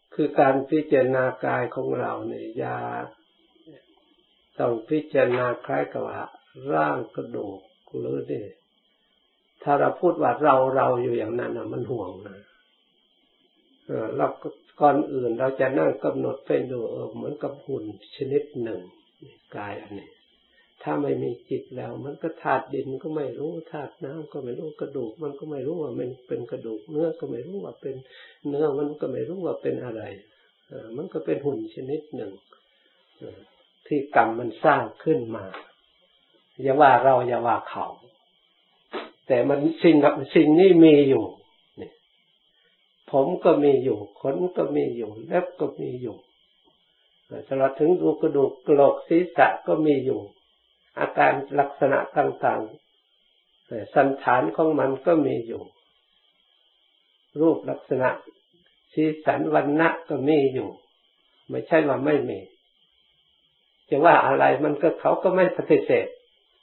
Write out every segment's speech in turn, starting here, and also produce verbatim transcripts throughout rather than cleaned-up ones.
คือการพิจารณากายของเราเนี่ยอย่าต้องพิจารณาคล้ายกับว่าร่างกระดูกหรือเนี่ยถ้าเราพูดว่าเราเราอยู่อย่างนั้นนะมันห่วงนะเออเราก่อนอื่นเราจะนั่งกำหนดไปดูเออเหมือนกับหุ่นชนิดหนึ่งกายอันนี้ถ้าไม่มีจิตแล้วมันก็ธาตุดินก็ไม่รู้ธาตุน้ำก็ไม่รู้กระดูกมันก็ไม่รู้ว่ามันเป็นกระดูกเนื้อก็ไม่รู้ว่าเป็นเนื้อมันก็ไม่รู้ว่าเป็นอะไรเออมันก็เป็นหุ่นชนิดหนึ่งที่กรรมมันสร้างขึ้นมาอย่าว่าเราอย่าว่าเขาแต่มันสิ่งสิ่งนี้มีอยู่นี่ผมก็มีอยู่ขนก็มีอยู่เล็บก็มีอยู่ตลอดถึงดูกระดูกกระโหลกศีรษะก็มีอยู่อาการลักษณะต่างๆสันฐานของมันก็มีอยู่รูปลักษณะสีสันวรรณะก็มีอยู่ไม่ใช่ว่าไม่มีจะว่าอะไรมันก็เขาก็ไม่ปฏิเสธ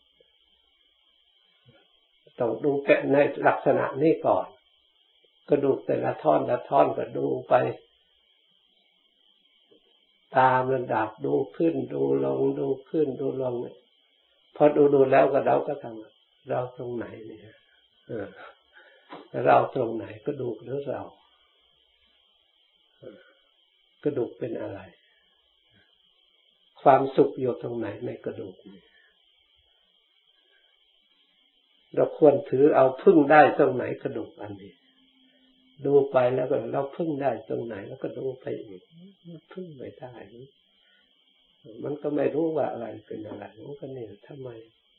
ต้องดูแกะในลักษณะนี้ก่อนกระดูกแต่ละท่อนละท่อนก็ดูไปตามระดับดูขึ้นดูลงดูขึ้นดูลงพอดูดูแล้วก็เราก็ทำเราตรงไหนเนี่ยเออเราตรงไหนกระดูกหรือเรากระดูกเป็นอะไรความสุขอยู่ตรงไหนในกระดูกเราควรถือเอาพึ่งได้ตรงไหนกระดูกอันนี้ดูไปแล้วก็เราพึ่งได้ตรงไหนแล้วก็ดูไปอีกพึ่งไม่ได้มันก็ไม่รู้ว่าอะไรเป็นอะไรมันก็เนี่ยทำไม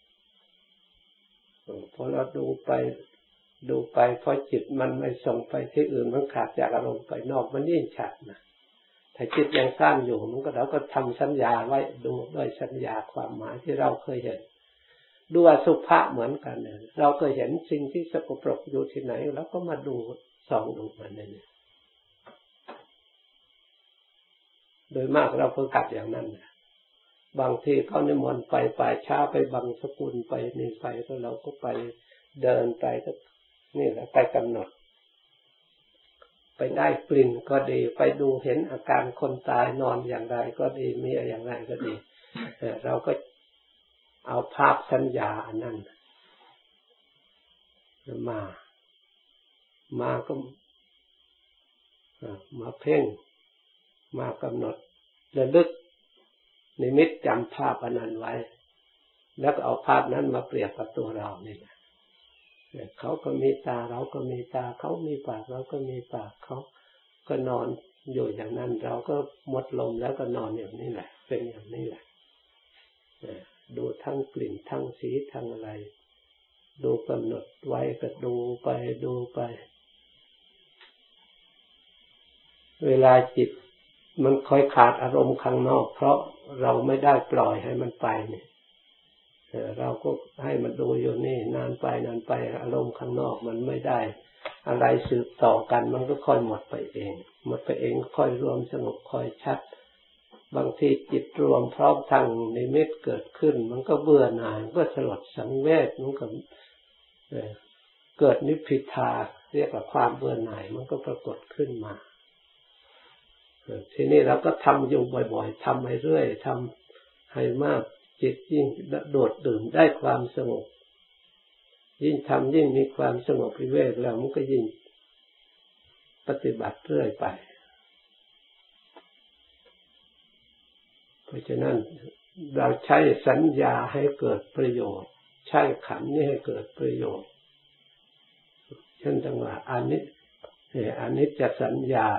พอเราดูไปดูไปพอจิตมันไม่ส่งไปที่อื่นมันขาดจากอารมณ์ไปนอกมันยิ่งชัดนะถ้าจิตยังสร้างอยู่มันก็เราก็ทำสัญญาไว้ดูด้วยสัญญาความหมายที่เราเคยเห็นดูอสุภะเหมือนกันเนี่ยเราเคยเห็นสิ่งที่สกปรกอยู่ที่ไหนแล้วก็มาดูส่องดูมันเนี่ยโดยมากเราฝึกหัดอย่างนั้นนะบางทีเขานิมนต์ไปป่าช้าไปบางสกุลไปนี่ไปก็เราก็ไปเดินไปก็นี่แหละไปกำหนดไปได้กลิ่นก็ดีไปดูเห็นอาการคนตายนอนอย่างไรก็ดีมีอย่างไรก็ดีเราก็เอาภาพสัญญาอันนั้นมามาก็มาเพ่งมากำหนดระลึกนิมิตจำภาพอันนั้นไว้แล้วก็เอาภาพนั้นมาเปรียบกับตัวเรานี่แหละเขาก็มีตาเราก็มีตาเขามีปากเราก็มีปากเขาก็นอนอยู่อย่างนั้นเราก็หมดลมแล้วก็นอนอย่างนี้แหละเป็นอย่างนี้แหละดูทั้งกลิ่นทั้งสีทั้งอะไรดูกำหนดไว้ก็ดูไปดูไปเวลาจิตมันค่อยขาดอารมณ์ข้างนอกเพราะเราไม่ได้ปล่อยให้มันไปเนี่ยเราก็ให้มันดูอยู่นี่นานไปนานไปอารมณ์ข้างนอกมันไม่ได้อะไรสืบต่อกันมันก็ค่อยหมดไปเองหมดไปเองค่อยรวมสงบค่อยชัดบางทีจิตรวมพร้อมทั้งนิมิตเกิดขึ้นมันก็เบื่อหน่ายก็สลดสังเวชมันก็เกิดนิพพิทาเรียกว่าความเบื่อหน่ายมันก็ปรากฏขึ้นมาทีนี้เราก็ทำอยู่บ่อยๆทำให้เรื่อยทำให้มากจิตยิ่งโดดดื่มได้ความสงบยิ่งทำยิ่งมีความสงบวิเวกแล้วมันก็ยิ่งปฏิบัติเรื่อยไปเพราะฉะนั้นเราใช้สัญญาให้เกิดประโยชน์ใช้ขันธ์นี้ให้เกิดประโยชน์เช่นจังว่าอนิจอนิจจสัญญา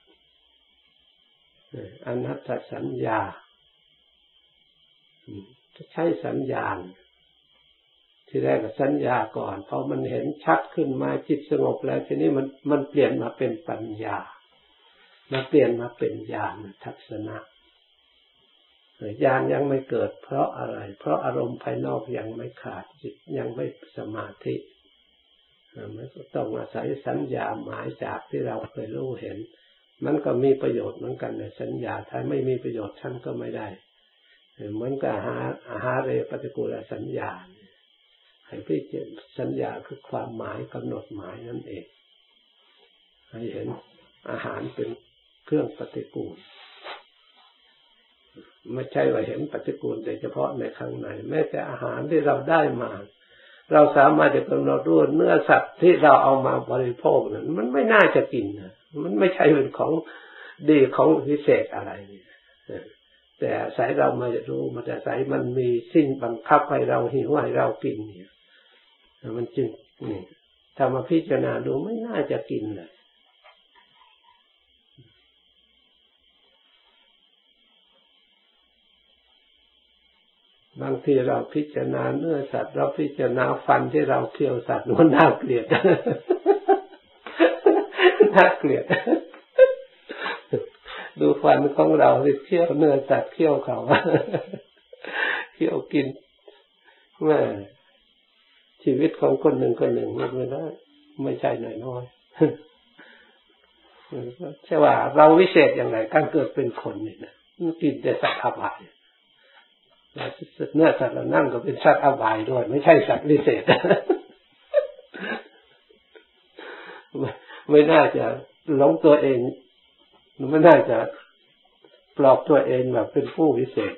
อนัตตสัญญาจะใช้สัญญาที่แรกก็สัญญาก่อนพอมันเห็นชัดขึ้นมาจิตสงบแล้วทีนี้มันมันเปลี่ยนมาเป็นปัญญามาเปลี่ยนมาเป็นญาณทัศนะญาณยังไม่เกิดเพราะอะไรเพราะอารมณ์ภายนอกยังไม่ขาดจิตยังไม่สมาธิมันต้องอาศัยสัญญาหมายจากที่เราเคยรู้เห็นมันก็มีประโยชน์เหมือนกันในสัญญาถ้าไม่มีประโยชน์ท่านก็ไม่ได้เหมือนกับหาอาหารเรปฏิกูลสัญญาให้พิจารณาสัญญาคือความหมายกำหนดหมายนั่นเองให้เห็นอาหารเป็นเครื่องปฏิกูลไม่ใช่ว่าเห็นปฏิกูลแต่เฉพาะในข้างในแม้แต่อาหารที่เราได้มาเราสามารถจะกำหนดรู้เนื้อสัตว์ที่เราเอามาบริโภคนั้นมันไม่น่าจะกินนะมันไม่ใช่เป็นของดีของพิเศษอะไรนี่แต่สายเรามารู้มันแต่สายมันมีสิ่งบังคับให้เราหิวให้เรากินเนี่ยมันจึงนี่ถ้ามาพิจารณาดูไม่น่าจะกินเลยบางทีเราพิจารณาเนื้อสัตว์เราพิจารณาฟันที่เราเคี้ยวสัตว์มันน่าเกลียดน่าเกลียดดูฟันของเราที่เคี้ยวเนื้อสัตว์เคี้ยวเขาเคี้ยวกินแม่ชีวิตของคนหนึ่งคนหนึ่งไม่ได้ไม่ใช่น้อยๆใช่ว่าเราวิเศษอย่างไรการเกิดเป็นคนนี่นะกินแต่สัตว์อบายเนื้อสัตว์เรานั่งก็เป็นสัตว์อบายด้วยไม่ใช่สัตว์วิเศษไม่น่าจะหลงตัวเองไม่น่าจะปลอบตัวเองแบบเป็นผู้วิเศษ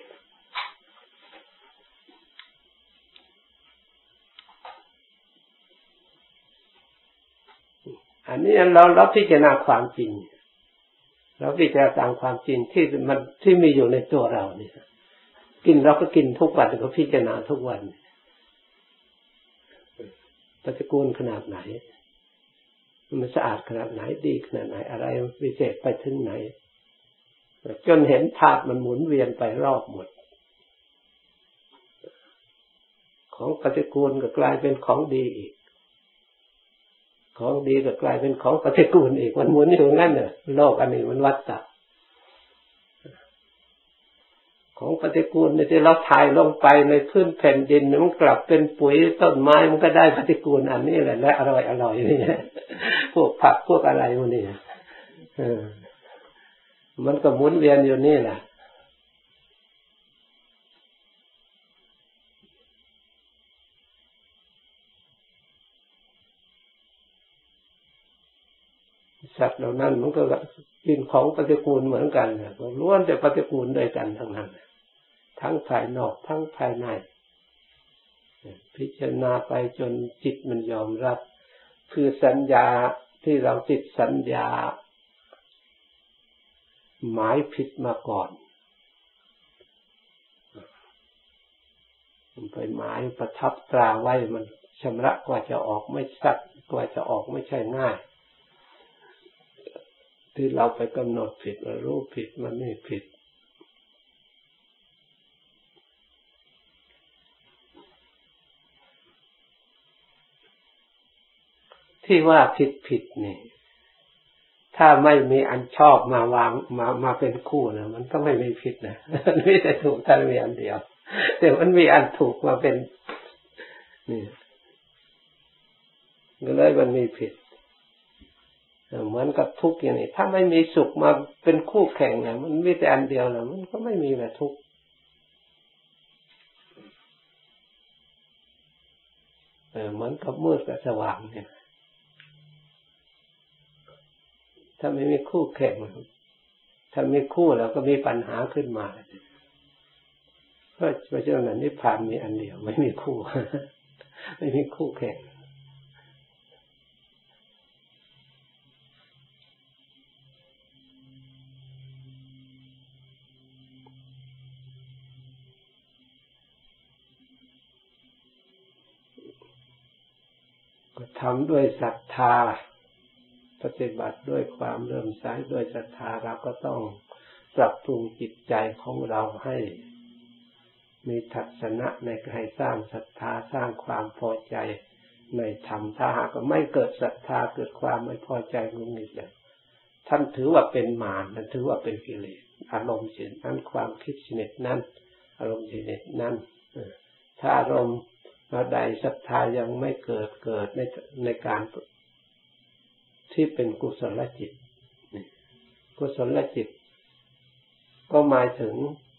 อันนี้เราเราพิจารณาความจริงเราพิจารณาตามความจริงที่มันที่มีอยู่ในตัวเราเนี่ยกินเราก็กินทุกวันก็พิจารณาทุกวันปฏิกูลขนาดไหนมันสะอาดขนาดไหนดีขนาดไหนอะไรวิเศษไปถึงไหนจนเห็นธาตุมันหมุนเวียนไปรอบหมดของปฏิกูลก็กลายเป็นของดีอีกของดีก็กลายเป็นของปฏิกูลอีกมันหมุนอยู่งั้นน่ะโลกอันนี้มันวัฏฏะของปฏิกูลในที่เราถ่ายลงไปในพื้นแผ่นดินมันกลับเป็นปุ๋ยต้นไม้มันก็ได้ปฏิกูลอันนี้แหละและอร่อยอร่อยนี่พวกผักพวกอะไรพวกนี้เออมันก็หมุนเวียนอยู่นี่แหละสัตว์เหล่านั้นมันก็กินของปฏิกูลเหมือนกันนะล้วนแต่ปฏิกูลด้วยกันทั้งนั้นทั้งภายนอกทั้งภายในพิจารณาไปจนจิตมันยอมรับคือสัญญาที่เราติดสัญญาหมายผิดมาก่อนมันไปหมายประทับตราไว้มันชำระกว่าจะออกไม่สักกว่าจะออกไม่ใช่ง่ายที่เราไปกำหนดผิดเรารู้ผิดมันไม่ผิดที่ว่าผิดผิดนี่ถ้าไม่มีอันชอบมาวางมามาเป็นคู่นะมันก็ไม่มีผิดนะมันมีแต่ถูกแต่มีอันเดียวแต่มันมีอันถูกมาเป็นนี่ก็เลยมันมีผิดเหมือนกับทุกข์อย่างนี้ถ้าไม่มีสุขมาเป็นคู่แข่งนะมันมีแต่อันเดียวนะมันก็ไม่มีแบบทุกข์เออเหมือนกับมืดกับสว่างเนี่ยถ้าไม่มีคู่แข่งถ้ามีคู่แล้วก็มีปัญหาขึ้นมาเพราะเพราะฉะนั้นนิพพานมีอันเดียวไม่มีคู่ไม่มีคู่แข่งทำด้วยศรัทธาปฏิบัติด้วยความเลื่อมใสด้วยศรัทธาเราก็ต้องปรับปรุงจิตใจของเราให้มีทัศนะในการสร้างศรัทธาสร้างความพอใจในธรรมถ้าหากไม่เกิดศรัทธาเกิดความไม่พอใจงุนงิดเลยท่านถือว่าเป็นมารท่านถือว่าเป็นกิเลสอารมณ์ชนิดนั้นความคิดชนิดนั้นอารมณ์ชนิดนั้นถ้าอารมณ์ใดศรัทธายังไม่เกิดเกิดในในการที่เป็นกุศลจิตกุศลจิตก็หมายถึง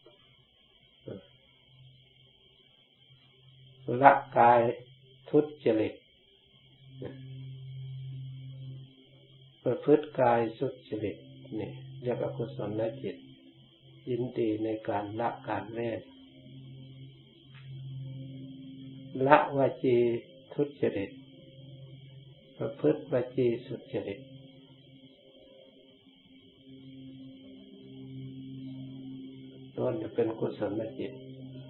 ละกายทุจริตประพฤติกายสุจริตนี่เรียกว่ากุศลจิตยินดีในการละการเว้นละวจีทุจริตประพฤติวจีสุจริตล้วนจะเป็นกุศลจิต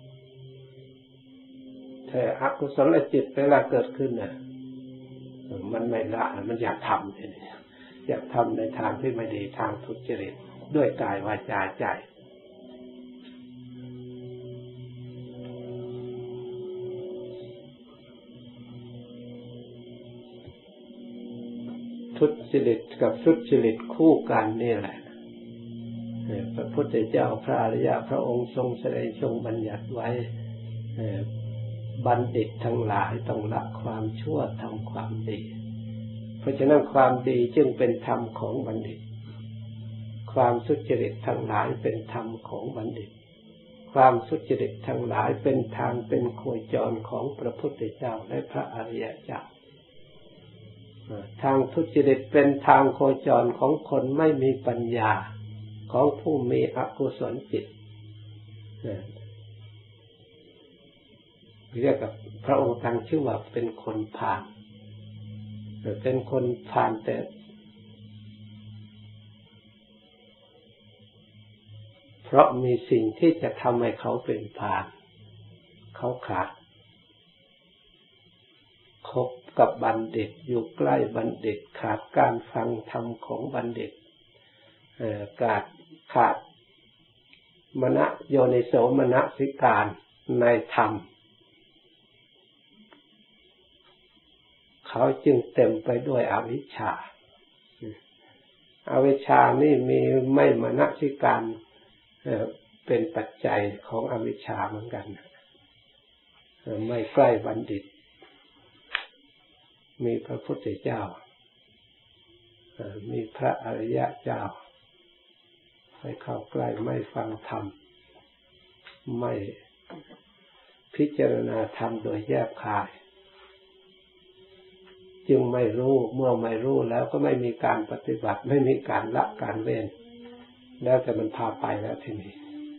แต่อกุศลจิตเวลาเกิดขึ้นน่ะมันไม่ละมันอยากทำเนี่ยอยากทำในทางที่ไม่ดีทางทุจริตด้วยกายวาจาใจทุจริตกับสุจริตคู่กันนี่แหละพระพุทธเจ้าพระอริยะพระองค์ทรงแสดงทรงบัญญัติไว้บัณฑิตทั้งหลายต้องละความชั่วทำความดีเพราะฉะนั้นความดีจึงเป็นธรรมของบัณฑิตความสุจริตทั้งหลายเป็นธรรมของบัณฑิตความสุจริตทั้งหลายเป็นทางเป็นโคจรของพระพุทธเจ้าและพระอริยเจ้าทางทุจริตเป็นทางโคจรของคนไม่มีปัญญาของผู้มีอกุศลจิตเรียกกับพระองค์ตั้งชื่อว่าเป็นคนพาลเป็นคนพาลแต่เพราะมีสิ่งที่จะทำให้เขาเป็นพาลเขาขาดคบกับบัณฑิตอยู่ใกล้บัณฑิตขาดการฟังธรรมของบัณฑิตขาดขาดมนโยนิโสมนสิการในธรรมเขาจึงเต็มไปด้วยอวิชชาอวิชชานี่มีไม่มนสิการเป็นปัจจัยของอวิชชาเหมือนกันไม่ใกล้บัณฑิตมีพระพุทธเจ้ามีพระอริยเจ้าให้เข้าใกล้ไม่ฟังธรรมไม่พิจารณาธรรมโดยแยกคายจึงไม่รู้เมื่อไม่รู้แล้วก็ไม่มีการปฏิบัติไม่มีการละการเว้นแล้วแต่มันพาไปแล้วทีนี้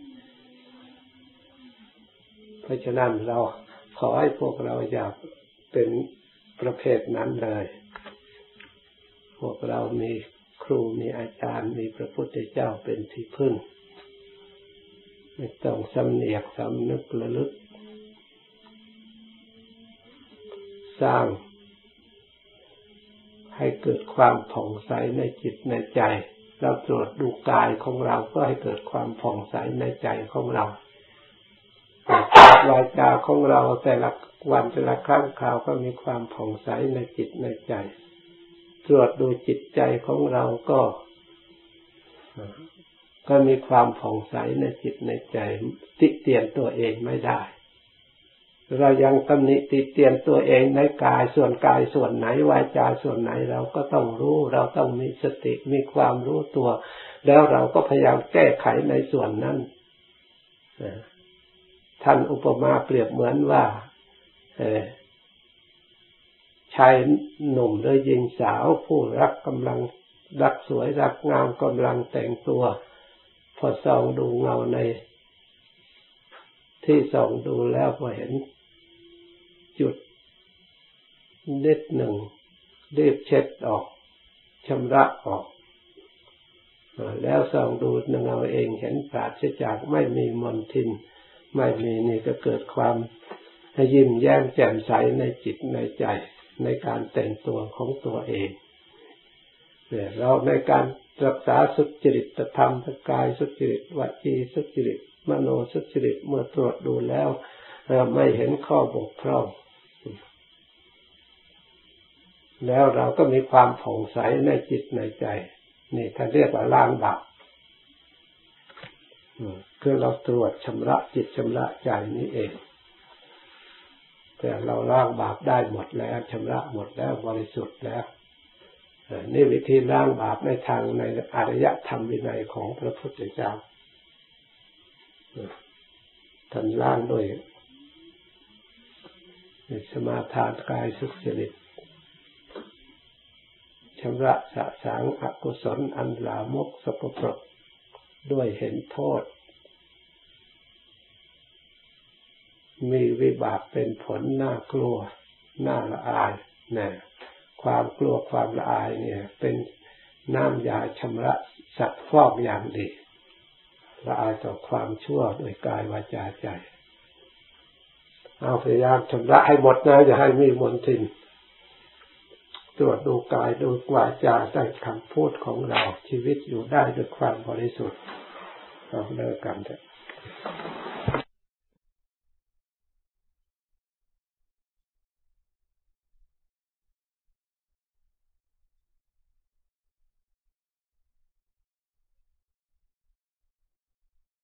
เพราะฉะนั้นเราขอให้พวกเราอย่าเป็นประเภทนั้นเลยพวกเรามีครูมีอาจารย์มีพระพุทธเจ้าเป็นที่พึ่งไม่ต้องสำเนียกสำนึกระลึกสร้างให้เกิดความผ่องใสในจิตในใจเราตรวจดูกายของเราก็ให้เกิดความผ่องใสในใจของเราวาจาของเราแต่ละวันแต่ละครั้งคราวก็มีความผ่องใสในจิตในใจตรวจดูจิตใจของเราก็ก็มีความผ่องใสในจิตในใจติเตียนตัวเองไม่ได้เรายังตำหนิติเตียนตัวเองในกายส่วนกายส่วนไหนวาจาส่วนไหนเราก็ต้องรู้เราต้องมีสติมีความรู้ตัวแล้วเราก็พยายามแก้ไขในส่วนนั้นท่านอุปมาเปรียบเหมือนว่าชายหนุ่มหรือหญิงสาวผู้รักกำลังรักสวยรักงามกำลังแต่งตัวพอส่องดูเงาในที่ส่องดูแล้วพอเห็นจุดนิดหนึ่งรีบเช็ดออกชำระออกแล้วส่องดูเงาเองเห็นปราศจากไม่มีมลทินไม่มีนี่ก็เกิดความยิ้มแย้มแจ่มใสในจิตในใจในการแต่งตัวของตัวเองเนี่ยเราในการรักษาสุจริตธรรมทั้งกายสุจริตวจีสุจริตมโนสุจริตเมื่อตรวจดูแล้วไม่เห็นข้อบกพร่องแล้วเราก็มีความผ่องใสในจิตในใจนี่ท่านเรียกว่าล้างบาปคือเราตรวจชำระจิตชำระใจนี้เองแต่เราล้างบาปได้หมดแล้วชำระหมดแล้วบริสุทธิ์แล้วนี่วิธีล้างบาปในทางในอริยธรรมวินัยของพระพุทธเจ้าท่านล้างด้วยสมาทานกายสุจริตชำระสะสางอกุศลอันลามกสกปรกด้วยเห็นโทษมีวิบากเป็นผลน่ากลัวน่าละอายนะความกลัวความละอายเนี่ยเป็นน้ำยาชำระสัตว์ฟอกอย่างดีละอายต่อความชั่วด้วยกายวาจาใจเอาพยายามชำระให้หมดนะอย่าให้มีมลทินตรวจดูกายดูวาจาได้คำพูดของเราชีวิตอยู่ได้ด้วยความบริสุทธิ์เอาเลิกกันเถอะ